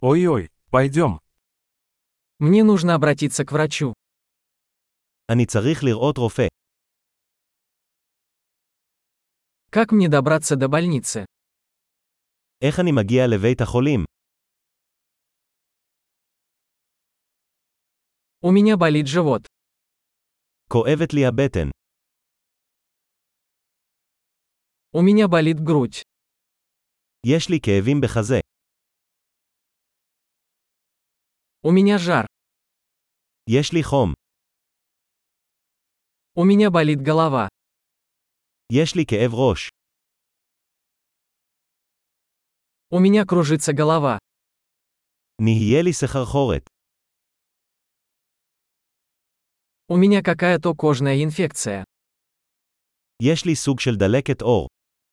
Ой-ой, пойдем. Мне нужно обратиться к врачу. אני צריך לראות רופא. Как мне добраться до больницы? איך אני מגיע לבית החולים? У меня болит живот. כואבת לי הבטן. У меня болит грудь. יש לי כאבים בחזה. У меня жар. יש לי חום. У меня болит голова. יש לי כאב ראש. У меня кружится голова. נהיה לי סחרחורת. У меня какая-то кожная инфекция. יש לי סוג של דלקת עור.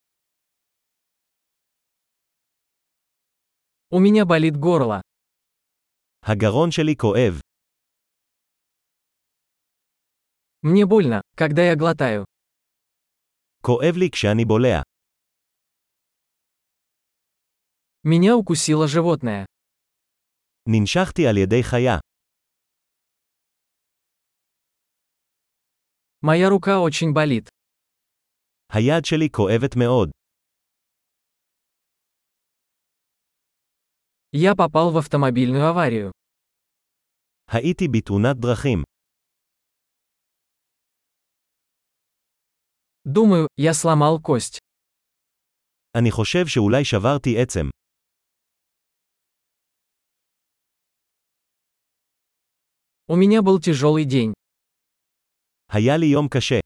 У меня болит горло. הגרון שלי כואב. Мне больно, когда я глотаю. כואב לי כשאני בולע. Меня укусило животное. ננשכתי על ידי חיה. Моя рука очень болит. היד שלי כואבת מאוד. Я попал в автомобильную аварию. הייתי בתאונת דרכים. Думаю, я сломал кость. אני חושב שאולי שברתי עצם. У меня был тяжелый день. היה לי יום קשה.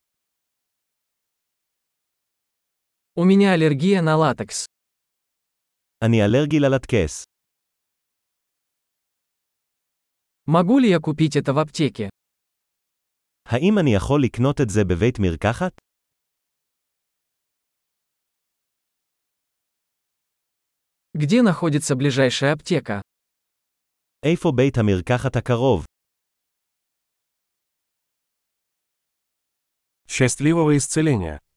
У меня аллергия на латекс. אני אלרגי ללטקס. Могу ли я купить это в аптеке? האם אני יכול לקנות את זה בבית מרקחת? Где находится ближайшая аптека? איפה בית המרקחת הקרוב? Счастливого исцеления!